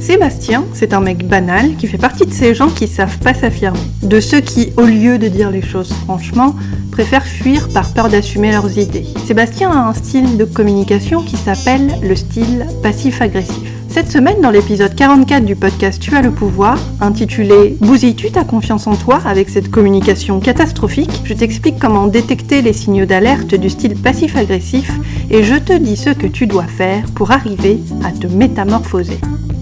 Sébastien, c'est un mec banal qui fait partie de ces gens qui savent pas s'affirmer. De ceux qui, au lieu de dire les choses franchement, préfèrent fuir par peur d'assumer leurs idées. Sébastien a un style de communication qui s'appelle le style passif-agressif. Cette semaine, dans l'épisode 44 du podcast Tu as le pouvoir, intitulé « Bousilles-tu ta confiance en toi avec cette communication catastrophique ?», je t'explique comment détecter les signaux d'alerte du style passif-agressif et je te dis ce que tu dois faire pour arriver à te métamorphoser.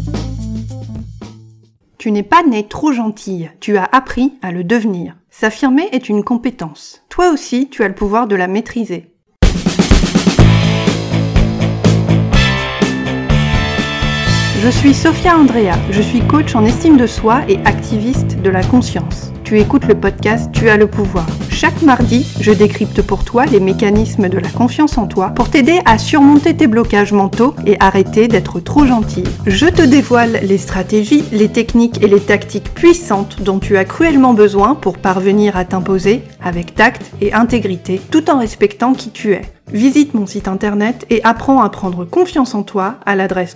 Tu n'es pas née trop gentille, tu as appris à le devenir. S'affirmer est une compétence. Toi aussi, tu as le pouvoir de la maîtriser. Je suis Sophia Andrea, je suis coach en estime de soi et activiste de la conscience. Tu écoutes le podcast Tu as le pouvoir. Chaque mardi, je décrypte pour toi les mécanismes de la confiance en toi pour t'aider à surmonter tes blocages mentaux et arrêter d'être trop gentille. Je te dévoile les stratégies, les techniques et les tactiques puissantes dont tu as cruellement besoin pour parvenir à t'imposer avec tact et intégrité tout en respectant qui tu es. Visite mon site internet et apprends à prendre confiance en toi à l'adresse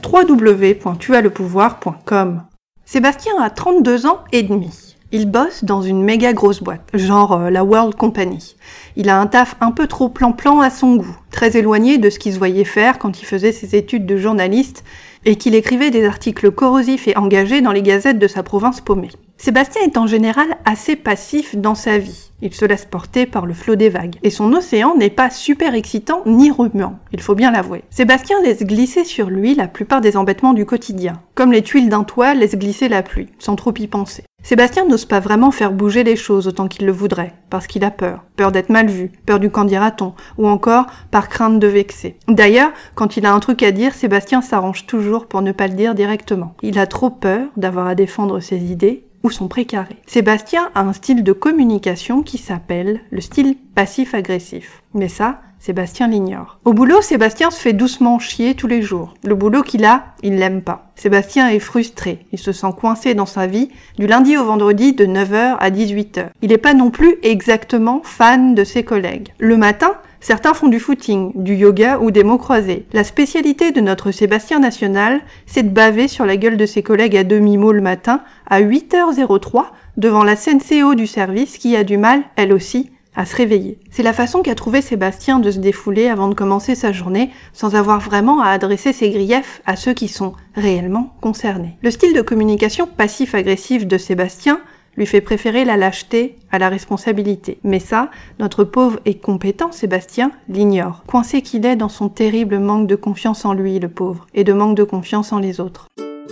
www.tuaslepouvoir.com. Sébastien a 32 ans et demi. Il bosse dans une méga grosse boîte, genre la World Company. Il a un taf un peu trop plan-plan à son goût, très éloigné de ce qu'il se voyait faire quand il faisait ses études de journaliste et qu'il écrivait des articles corrosifs et engagés dans les gazettes de sa province paumée. Sébastien est en général assez passif dans sa vie. Il se laisse porter par le flot des vagues. Et son océan n'est pas super excitant ni remuant, il faut bien l'avouer. Sébastien laisse glisser sur lui la plupart des embêtements du quotidien, comme les tuiles d'un toit laissent glisser la pluie, sans trop y penser. Sébastien n'ose pas vraiment faire bouger les choses autant qu'il le voudrait, parce qu'il a peur. Peur d'être mal vu, peur du qu'en dira-t-on, ou encore par crainte de vexer. D'ailleurs, quand il a un truc à dire, Sébastien s'arrange toujours pour ne pas le dire directement. Il a trop peur d'avoir à défendre ses idées, ou son précaré. Sébastien a un style de communication qui s'appelle le style passif-agressif. Mais ça, Sébastien l'ignore. Au boulot, Sébastien se fait doucement chier tous les jours. Le boulot qu'il a, il l'aime pas. Sébastien est frustré. Il se sent coincé dans sa vie du lundi au vendredi de 9h à 18h. Il n'est pas non plus exactement fan de ses collègues. Le matin, certains font du footing, du yoga ou des mots croisés. La spécialité de notre Sébastien national, c'est de baver sur la gueule de ses collègues à demi-mot le matin à 8h03 devant la CNCO du service qui a du mal, elle aussi, à se réveiller. C'est la façon qu'a trouvé Sébastien de se défouler avant de commencer sa journée sans avoir vraiment à adresser ses griefs à ceux qui sont réellement concernés. Le style de communication passif-agressif de Sébastien lui fait préférer la lâcheté à la responsabilité. Mais ça, notre pauvre et compétent Sébastien l'ignore. Coincé qu'il est dans son terrible manque de confiance en lui, le pauvre, et de manque de confiance en les autres.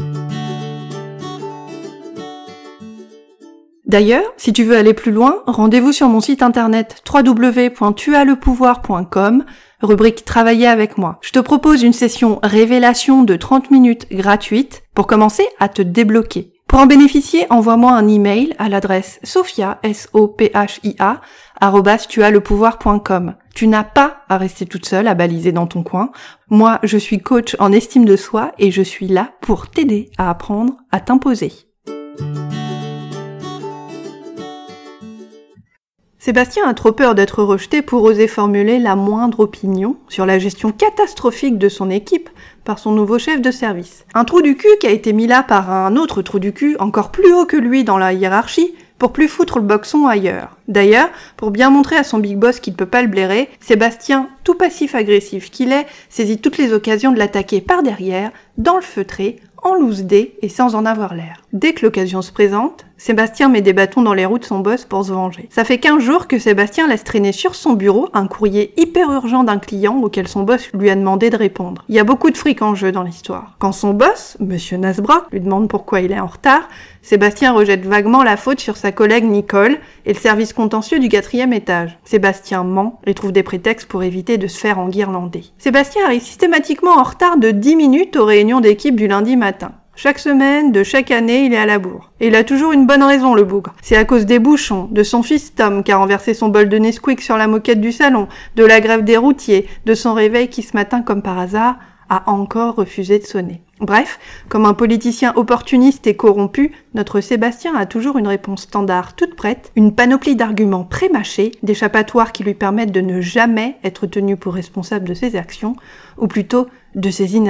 D'ailleurs, si tu veux aller plus loin, rendez-vous sur mon site internet www.tuaslepouvoir.com, rubrique Travailler avec moi. Je te propose une session révélation de 30 minutes gratuite pour commencer à te débloquer. Pour en bénéficier, envoie-moi un email à l'adresse sophia, S-O-P-H-I-A, @tuaslepouvoir.com. Tu n'as pas à rester toute seule à baliser dans ton coin. Moi, je suis coach en estime de soi et je suis là pour t'aider à apprendre à t'imposer. Sébastien a trop peur d'être rejeté pour oser formuler la moindre opinion sur la gestion catastrophique de son équipe par son nouveau chef de service. Un trou du cul qui a été mis là par un autre trou du cul encore plus haut que lui dans la hiérarchie pour plus foutre le boxon ailleurs. D'ailleurs, pour bien montrer à son big boss qu'il peut pas le blairer, Sébastien, tout passif-agressif qu'il est, saisit toutes les occasions de l'attaquer par derrière, dans le feutré, en loose dé et sans en avoir l'air. Dès que l'occasion se présente, Sébastien met des bâtons dans les roues de son boss pour se venger. Ça fait 15 jours que Sébastien laisse traîner sur son bureau un courrier hyper urgent d'un client auquel son boss lui a demandé de répondre. Il y a beaucoup de fric en jeu dans l'histoire. Quand son boss, Monsieur Nasbrock, lui demande pourquoi il est en retard, Sébastien rejette vaguement la faute sur sa collègue Nicole et le service contentieux du 4e étage. Sébastien ment et trouve des prétextes pour éviter de se faire enguirlander. Sébastien arrive systématiquement en retard de 10 minutes aux réunions d'équipe du lundi matin. Chaque semaine, de chaque année, il est à la bourre. Et il a toujours une bonne raison, le bougre. C'est à cause des bouchons, de son fils Tom qui a renversé son bol de Nesquik sur la moquette du salon, de la grève des routiers, de son réveil qui ce matin, comme par hasard, a encore refusé de sonner. Bref, comme un politicien opportuniste et corrompu, notre Sébastien a toujours une réponse standard toute prête, une panoplie d'arguments prémâchés, d'échappatoires qui lui permettent de ne jamais être tenu pour responsable de ses actions, ou plutôt de ses inactions.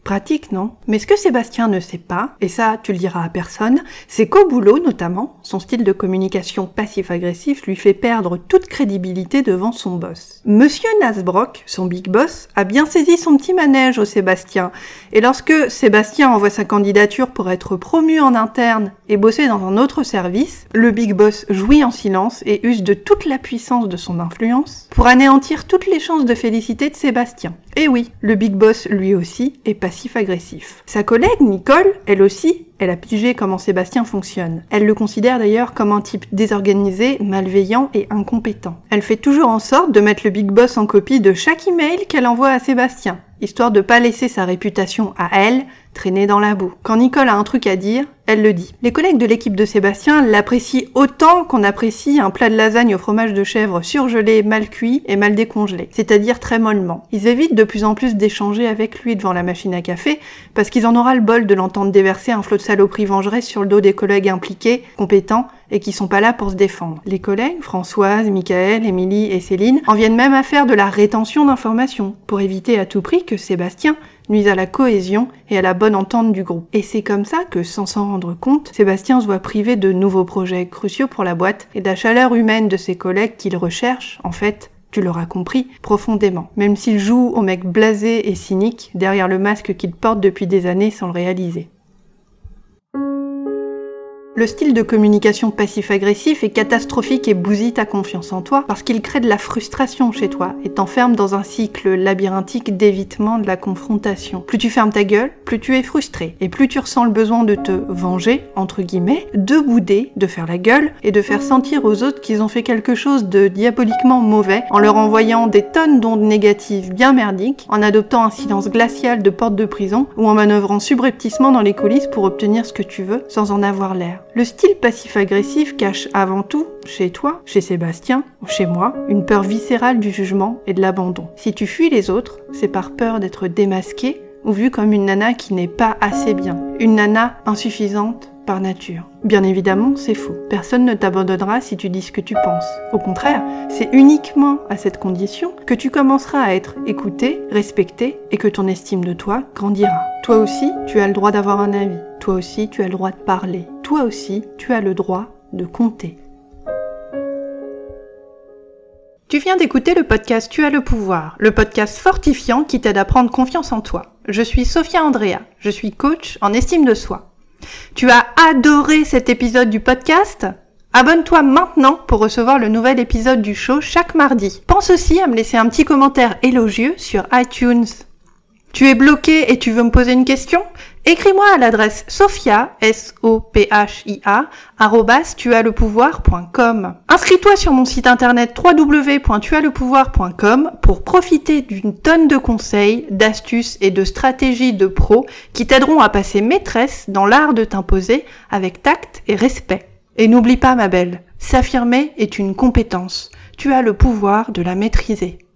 Pratique, non? Mais ce que Sébastien ne sait pas, et ça tu le diras à personne, c'est qu'au boulot notamment, son style de communication passif-agressif lui fait perdre toute crédibilité devant son boss. Monsieur Nasbrock, son big boss, a bien saisi son petit manège au Sébastien, et lorsque Sébastien envoie sa candidature pour être promu en interne et bosser dans un autre service, le big boss jouit en silence et use de toute la puissance de son influence pour anéantir toutes les chances de félicité de Sébastien. Et oui, le big boss lui aussi est passif-agressif. Sa collègue Nicole, elle aussi, elle a pigé comment Sébastien fonctionne. Elle le considère d'ailleurs comme un type désorganisé, malveillant et incompétent. Elle fait toujours en sorte de mettre le big boss en copie de chaque email qu'elle envoie à Sébastien, histoire de pas laisser sa réputation à elle traîner dans la boue. Quand Nicole a un truc à dire, elle le dit. Les collègues de l'équipe de Sébastien l'apprécient autant qu'on apprécie un plat de lasagne au fromage de chèvre surgelé, mal cuit et mal décongelé, c'est-à-dire très mollement. Ils évitent de plus en plus d'échanger avec lui devant la machine à café parce qu'ils en aura le bol de l'entendre déverser un flot de saloperies vengeresse sur le dos des collègues impliqués, compétents et qui sont pas là pour se défendre. Les collègues, Françoise, Michael, Émilie et Céline, en viennent même à faire de la rétention d'informations pour éviter à tout prix que Sébastien nuise à la cohésion et à la bonne entente du groupe. Et c'est comme ça que, sans s'en rendre compte, Sébastien se voit privé de nouveaux projets cruciaux pour la boîte et de la chaleur humaine de ses collègues qu'il recherche, en fait, tu l'auras compris, profondément. Même s'il joue au mec blasé et cynique derrière le masque qu'il porte depuis des années sans le réaliser. Le style de communication passif-agressif est catastrophique et bousille ta confiance en toi parce qu'il crée de la frustration chez toi et t'enferme dans un cycle labyrinthique d'évitement de la confrontation. Plus tu fermes ta gueule, plus tu es frustré et plus tu ressens le besoin de te venger, entre guillemets, de bouder, de faire la gueule et de faire sentir aux autres qu'ils ont fait quelque chose de diaboliquement mauvais en leur envoyant des tonnes d'ondes négatives bien merdiques, en adoptant un silence glacial de porte de prison ou en manœuvrant subrepticement dans les coulisses pour obtenir ce que tu veux sans en avoir l'air. Le style passif-agressif cache avant tout, chez toi, chez Sébastien ou chez moi, une peur viscérale du jugement et de l'abandon. Si tu fuis les autres, c'est par peur d'être démasqué ou vu comme une nana qui n'est pas assez bien, une nana insuffisante par nature. Bien évidemment, c'est faux. Personne ne t'abandonnera si tu dis ce que tu penses. Au contraire, c'est uniquement à cette condition que tu commenceras à être écouté, respecté et que ton estime de toi grandira. Toi aussi, tu as le droit d'avoir un avis. Toi aussi, tu as le droit de parler. Toi aussi, tu as le droit de compter. Tu viens d'écouter le podcast Tu as le pouvoir, le podcast fortifiant qui t'aide à prendre confiance en toi. Je suis Sophia Andrea, je suis coach en estime de soi. Tu as adoré cet épisode du podcast ? Abonne-toi maintenant pour recevoir le nouvel épisode du show chaque mardi. Pense aussi à me laisser un petit commentaire élogieux sur iTunes. Tu es bloqué et tu veux me poser une question ? Écris-moi à l'adresse sophia, sophia, @tuaslepouvoir.com. Inscris-toi sur mon site internet www.tuaslepouvoir.com pour profiter d'une tonne de conseils, d'astuces et de stratégies de pros qui t'aideront à passer maîtresse dans l'art de t'imposer avec tact et respect. Et n'oublie pas, ma belle, s'affirmer est une compétence. Tu as le pouvoir de la maîtriser.